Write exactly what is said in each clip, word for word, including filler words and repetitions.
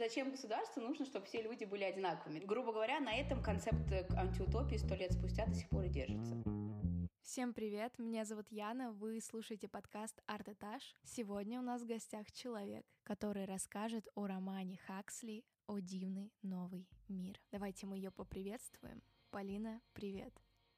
зачем государству нужно, чтобы все люди были одинаковыми. Грубо говоря, на этом концепт антиутопии сто лет спустя до сих пор и держится. Всем привет, меня зовут Яна, вы слушаете подкаст «Арт-этаж». Сегодня у нас в гостях человек, который расскажет о романе Хаксли «О дивный новый мир». Давайте мы ее поприветствуем. Полина, привет.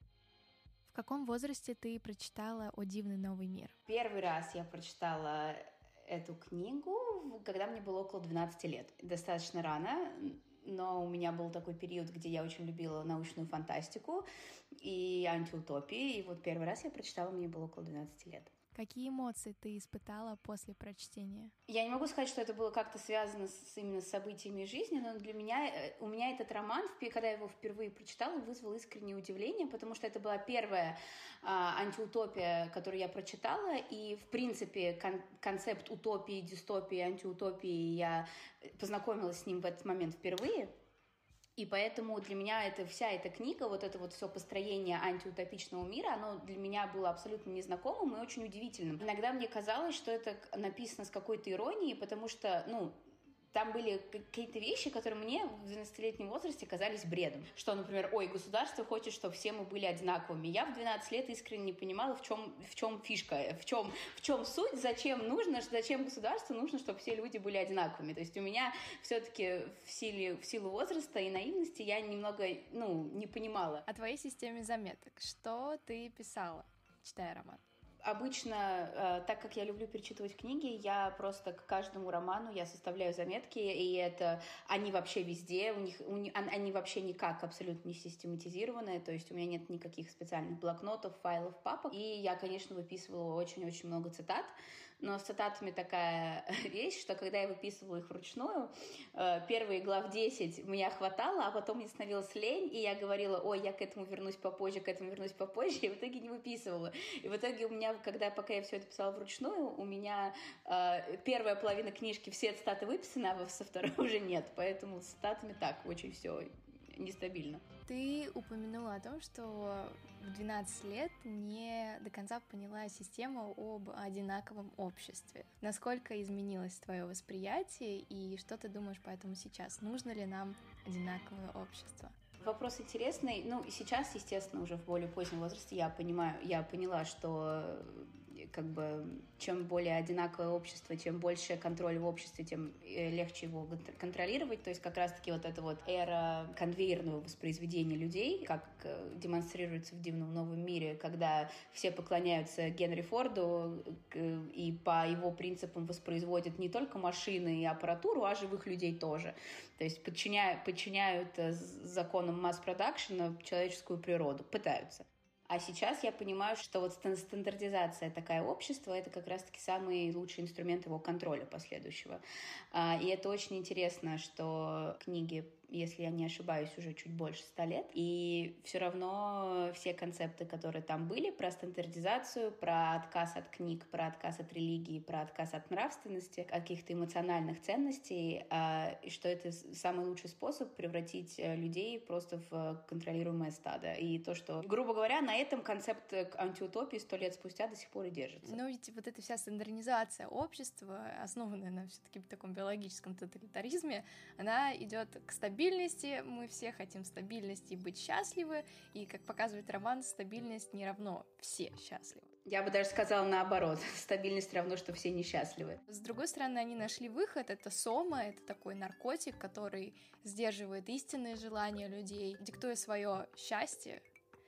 В каком возрасте ты прочитала «О дивный новый мир»? Первый раз я прочитала эту книгу, когда мне было около двенадцати лет. Достаточно рано, но у меня был такой период, где я очень любила научную фантастику и антиутопии. И вот первый раз я прочитала, мне было около двенадцати лет. Какие эмоции ты испытала после прочтения? Я не могу сказать, что это было как-то связано с, именно с событиями жизни, но для меня, у меня этот роман, когда я его впервые прочитала, вызвал искреннее удивление, потому что это была первая а, антиутопия, которую я прочитала, и, в принципе, кон- концепт утопии, дистопии, антиутопии, я познакомилась с ним в этот момент впервые. И поэтому для меня это, вся эта книга, вот это вот все построение антиутопичного мира, оно для меня было абсолютно незнакомым и очень удивительным. Иногда мне казалось, что это написано с какой-то иронией, потому что, ну, там были какие-то вещи, которые мне в двенадцатилетнем возрасте казались бредом. Что, например, ой, государство хочет, чтобы все мы были одинаковыми. Я в двенадцать лет искренне не понимала, в чем, в чем фишка, в чем, в чем суть, зачем нужно, зачем государству нужно, чтобы все люди были одинаковыми. То есть у меня все-таки в, силе, в силу возраста и наивности я немного, ну, не понимала. О твоей системе заметок. Что ты писала, читая роман? Обычно, так как я люблю перечитывать книги, я просто к каждому роману я составляю заметки, и это они вообще везде, у них, у них, они вообще никак абсолютно не систематизированы, то есть у меня нет никаких специальных блокнотов, файлов, папок, и я, конечно, выписывала очень-очень много цитат, но с цитатами такая вещь, что когда я выписывала их вручную, первые глав десять меня хватало, а потом мне становилось лень, и я говорила, ой, я к этому вернусь попозже, к этому вернусь попозже, и в итоге не выписывала. И в итоге у меня, когда пока я все это писала вручную, у меня э, первая половина книжки все цитаты выписаны, а со второй уже нет. Поэтому с цитатами так очень все нестабильно. Ты упомянула о том, что в двенадцать лет не до конца поняла систему об одинаковом обществе. Насколько изменилось твое восприятие и что ты думаешь по этому сейчас? Нужно ли нам одинаковое общество? Вопрос интересный. Ну, сейчас, естественно, уже в более позднем возрасте я понимаю, я поняла, что как бы чем более одинаковое общество, чем больше контроль в обществе, тем легче его контролировать. То есть как раз-таки вот эта вот эра конвейерного воспроизведения людей, как демонстрируется в «Дивном новом мире», когда все поклоняются Генри Форду и по его принципам воспроизводят не только машины и аппаратуру, а живых людей тоже. То есть подчиняют, подчиняют законам масс-продакшена человеческую природу. Пытаются. А сейчас я понимаю, что вот стандартизация такая общества — это как раз-таки самый лучший инструмент его контроля последующего. И это очень интересно, что книги, если я не ошибаюсь, уже чуть больше ста лет, и все равно все концепты, которые там были, про стандартизацию, про отказ от книг, про отказ от религии, про отказ от нравственности, каких-то эмоциональных ценностей, и что это самый лучший способ превратить людей просто в контролируемое стадо. И то, что, грубо говоря, на этом концепт антиутопии сто лет спустя до сих пор и держится. Но ведь вот эта вся стандартизация общества, основанная на все-таки таком биологическом тоталитаризме, она идет к стабильности. Мы все хотим стабильности и быть счастливы, и, как показывает роман, стабильность не равно все счастливы. Я бы даже сказала наоборот. Стабильность равно, что все несчастливы. С другой стороны, они нашли выход. Это сома, это такой наркотик, который сдерживает истинные желания людей, диктуя свое счастье.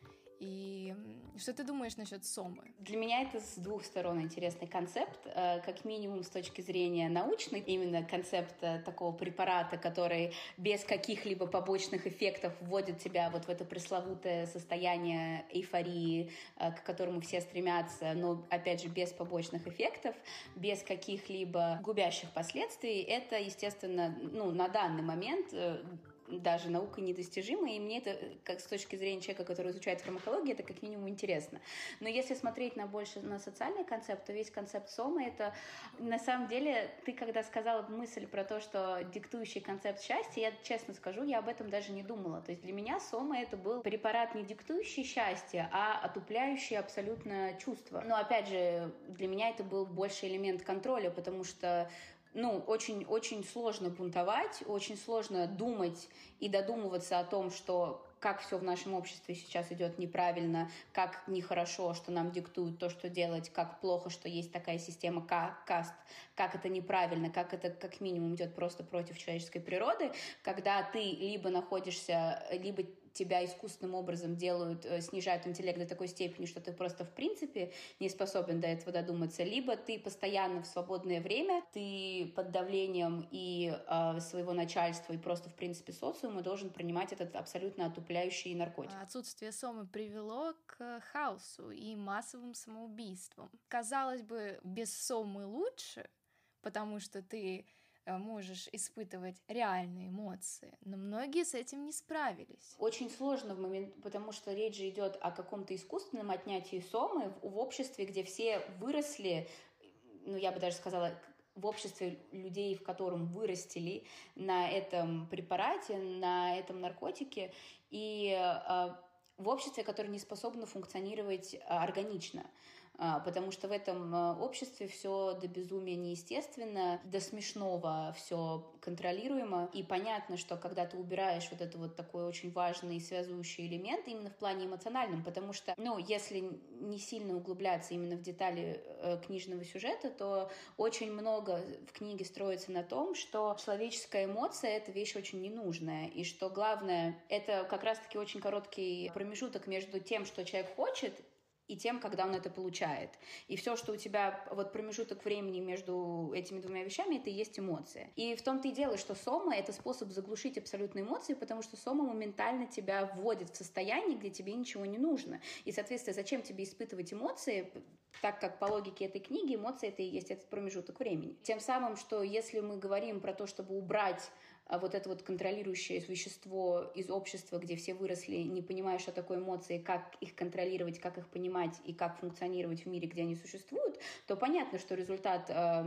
И что ты думаешь насчет сомы? Для меня это с двух сторон интересный концепт. Как минимум с точки зрения научной, именно концепт такого препарата, который без каких-либо побочных эффектов вводит тебя вот в это пресловутое состояние эйфории, к которому все стремятся, но, опять же, без побочных эффектов, без каких-либо губящих последствий. Это, естественно, ну, на данный момент даже наука недостижима, и мне это, как с точки зрения человека, который изучает фармакологию, это как минимум интересно. Но если смотреть на больше на социальный концепт, то весь концепт сомы — это, на самом деле, ты когда сказала мысль про то, что диктующий концепт счастья, я честно скажу, я об этом даже не думала. То есть для меня сома — это был препарат не диктующий счастье, а отупляющий абсолютно чувство. Но, опять же, для меня это был больше элемент контроля, потому что ну, очень-очень сложно бунтовать, очень сложно думать и додумываться о том, что как все в нашем обществе сейчас идет неправильно, как нехорошо, что нам диктуют то, что делать, как плохо, что есть такая система каст, как это неправильно, как это как минимум идет просто против человеческой природы, когда ты либо находишься, либо тебя искусственным образом делают, снижают интеллект до такой степени, что ты просто в принципе не способен до этого додуматься, либо ты постоянно в свободное время, ты под давлением и э, своего начальства, и просто в принципе социума должен принимать этот абсолютно отупляющий наркотик. Отсутствие сомы привело к хаосу и массовым самоубийствам. Казалось бы, без сомы лучше, потому что ты можешь испытывать реальные эмоции, но многие с этим не справились. Очень сложно в момент, потому что речь же идет о каком-то искусственном отнятии сомы в, в обществе, где все выросли, ну я бы даже сказала, в обществе людей, в котором вырастили на этом препарате, на этом наркотике, и э, в обществе, которое не способно функционировать э, органично. Потому что в этом обществе все до безумия неестественно, до смешного все контролируемо. И понятно, что когда ты убираешь вот это вот такой очень важный и связующий элемент именно в плане эмоциональном, потому что, ну, если не сильно углубляться именно в детали э, книжного сюжета, то очень много в книге строится на том, что человеческая эмоция — это вещь очень ненужная, и что главное — это как раз-таки очень короткий промежуток между тем, что человек хочет, и тем, когда он это получает. И все, что у тебя, вот промежуток времени между этими двумя вещами, это и есть эмоция. И в том-то и дело, что сома — это способ заглушить абсолютные эмоции, потому что сома моментально тебя вводит в состояние, где тебе ничего не нужно. И, соответственно, зачем тебе испытывать эмоции, так как по логике этой книги эмоции — это и есть этот промежуток времени. Тем самым, что если мы говорим про то, чтобы убрать вот это вот контролирующее вещество из общества, где все выросли, не понимая, что такое эмоции, как их контролировать, как их понимать и как функционировать в мире, где они существуют, то понятно, что результат,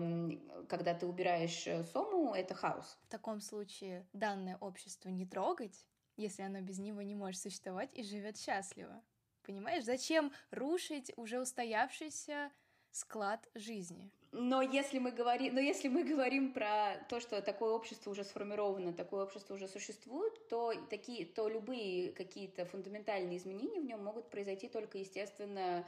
когда ты убираешь сому, это хаос. В таком случае данное общество не трогать, если оно без него не может существовать и живет счастливо. Понимаешь, зачем рушить уже устоявшийся склад жизни? Но если мы говорим, но если мы говорим про то, что такое общество уже сформировано, такое общество уже существует, то такие, то любые какие-то фундаментальные изменения в нем могут произойти только, естественно,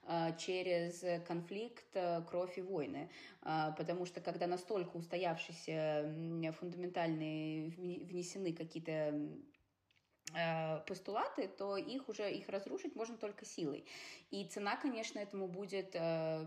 через конфликт, кровь и войны, потому что когда настолько устоявшиеся фундаментальные внесены какие-то постулаты, то их уже их разрушить можно только силой. И цена, конечно, этому будет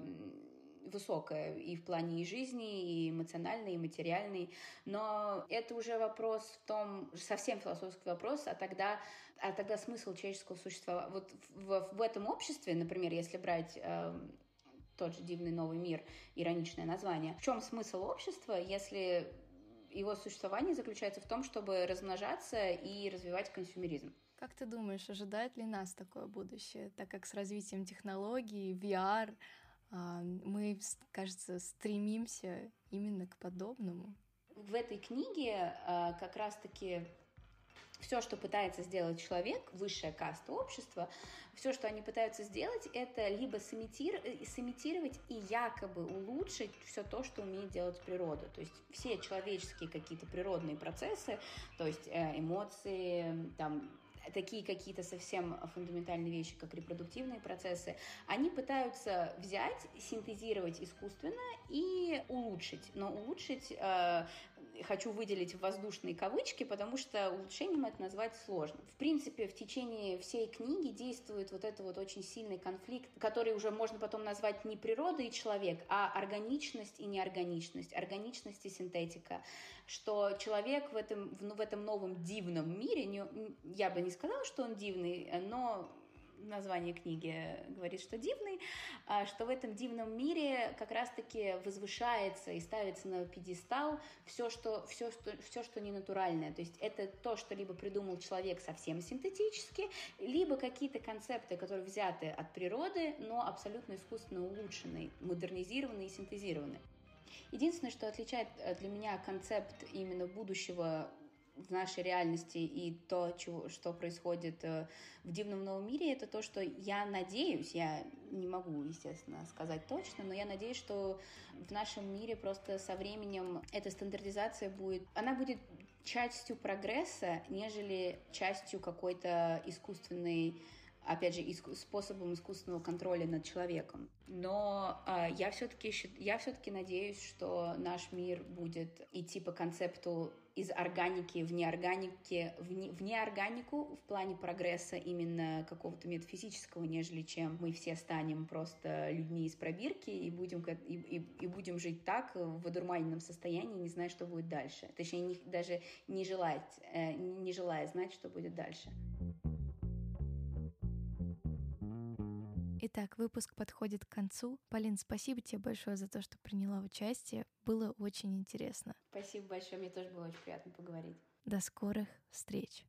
высокая и в плане и жизни, и эмоциональной, и материальной. Но это уже вопрос в том, совсем философский вопрос, а тогда, а тогда смысл человеческого существования. Вот в, в этом обществе, например, если брать э, тот же «Дивный новый мир», ироничное название, в чем смысл общества, если его существование заключается в том, чтобы размножаться и развивать консюмеризм? Как ты думаешь, ожидает ли нас такое будущее, так как с развитием технологий, ви ар, мы, кажется, стремимся именно к подобному? В этой книге как раз-таки все, что пытается сделать человек, высшая каста общества, все, что они пытаются сделать, это либо сымитировать и якобы улучшить все то, что умеет делать природа. То есть все человеческие какие-то природные процессы, то есть эмоции, там, такие какие-то совсем фундаментальные вещи, как репродуктивные процессы, они пытаются взять, синтезировать искусственно и улучшить. Но улучшить э, хочу выделить воздушные кавычки, потому что улучшением это назвать сложно. В принципе, в течение всей книги действует вот этот вот очень сильный конфликт, который уже можно потом назвать не природа и человек, а органичность и неорганичность, органичность и синтетика. Что человек в этом, в этом новом дивном мире, не, я бы не сказала, что он дивный, но название книги говорит, что дивный, что в этом дивном мире как раз-таки возвышается и ставится на пьедестал все, что, все, что, все, что ненатуральное. То есть это то, что либо придумал человек совсем синтетически, либо какие-то концепты, которые взяты от природы, но абсолютно искусственно улучшены, модернизированы и синтезированы. Единственное, что отличает для меня концепт именно будущего в нашей реальности и то, чего, что происходит в «Дивном новом мире», это то, что я надеюсь, я не могу, естественно, сказать точно, но я надеюсь, что в нашем мире просто со временем эта стандартизация будет, она будет частью прогресса, нежели частью какой-то искусственной, опять же, иску- способом искусственного контроля над человеком. Но э, я все-таки я все-таки надеюсь, что наш мир будет идти по концепту из органики в неорганики, в, не, в неорганику в плане прогресса именно какого-то метафизического, нежели чем мы все станем просто людьми из пробирки и будем, и, и, и будем жить так в одурманенном состоянии, не зная, что будет дальше. Точнее, не, даже не желать, э, не желая знать, что будет дальше. Итак, выпуск подходит к концу. Полин, спасибо тебе большое за то, что приняла участие. Было очень интересно. Спасибо большое, мне тоже было очень приятно поговорить. До скорых встреч.